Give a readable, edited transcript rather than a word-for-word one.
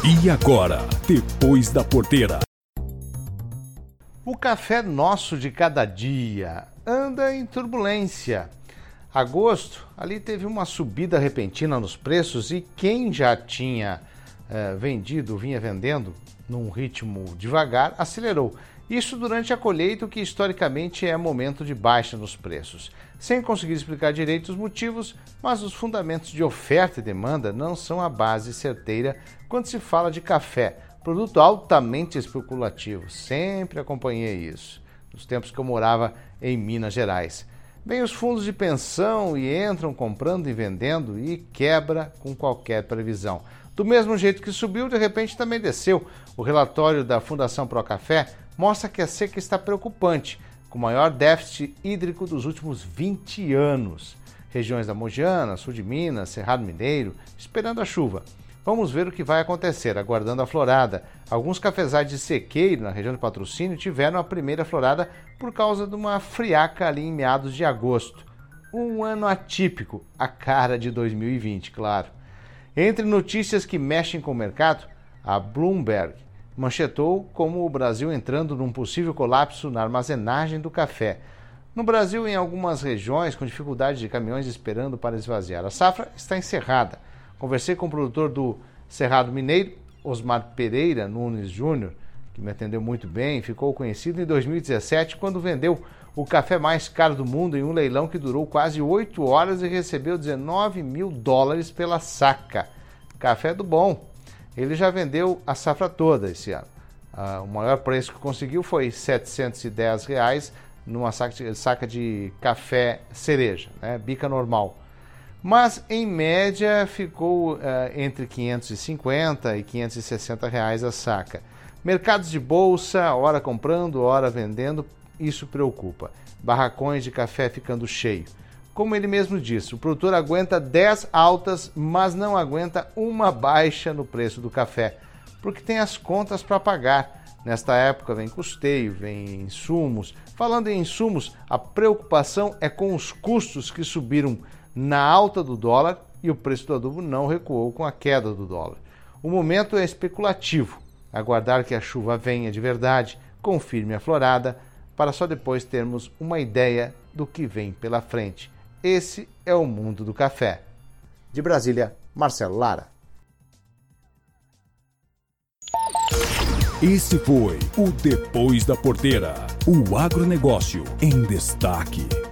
E agora, depois da porteira. O café nosso de cada dia anda em turbulência. Agosto, ali teve uma subida repentina nos preços e quem já tinha vinha vendendo num ritmo devagar, acelerou. Isso durante a colheita, o que historicamente é momento de baixa nos preços. Sem conseguir explicar direito os motivos, mas os fundamentos de oferta e demanda não são a base certeira quando se fala de café, produto altamente especulativo. Sempre acompanhei isso, nos tempos que eu morava em Minas Gerais. Vêm os fundos de pensão e entram comprando e vendendo e quebra com qualquer previsão. Do mesmo jeito que subiu, de repente também desceu. O relatório da Fundação Procafé mostra que a seca está preocupante, com o maior déficit hídrico dos últimos 20 anos. Regiões da Mogiana, sul de Minas, Cerrado Mineiro, esperando a chuva. Vamos ver o que vai acontecer, aguardando a florada. Alguns cafezais de sequeiro na região de Patrocínio tiveram a primeira florada por causa de uma friaca ali em meados de agosto. Um ano atípico, a cara de 2020, claro. Entre notícias que mexem com o mercado, a Bloomberg manchetou como o Brasil entrando num possível colapso na armazenagem do café. No Brasil, em algumas regiões, com dificuldade de caminhões esperando para esvaziar. A safra está encerrada. Conversei com o produtor do Cerrado Mineiro, Osmar Pereira Nunes Júnior, que me atendeu muito bem, ficou conhecido em 2017, quando vendeu o café mais caro do mundo em um leilão que durou quase 8 horas e recebeu $19 mil pela saca. Café do bom. Ele já vendeu a safra toda esse ano. O maior preço que conseguiu foi R$ 710 numa saca de café cereja, né, bica normal. Mas, em média, ficou entre R$ 550 e R$ 560 a saca. Mercados de bolsa, hora comprando, hora vendendo, isso preocupa. Barracões de café ficando cheio. Como ele mesmo disse, o produtor aguenta 10 altas, mas não aguenta uma baixa no preço do café, porque tem as contas para pagar. Nesta época vem custeio, vem insumos. Falando em insumos, a preocupação é com os custos que subiram na alta do dólar e o preço do adubo não recuou com a queda do dólar. O momento é especulativo, aguardar que a chuva venha de verdade, confirme a florada, para só depois termos uma ideia do que vem pela frente. Esse é o mundo do café. De Brasília, Marcelo Lara. Esse foi o Depois da Porteira, o agronegócio em destaque.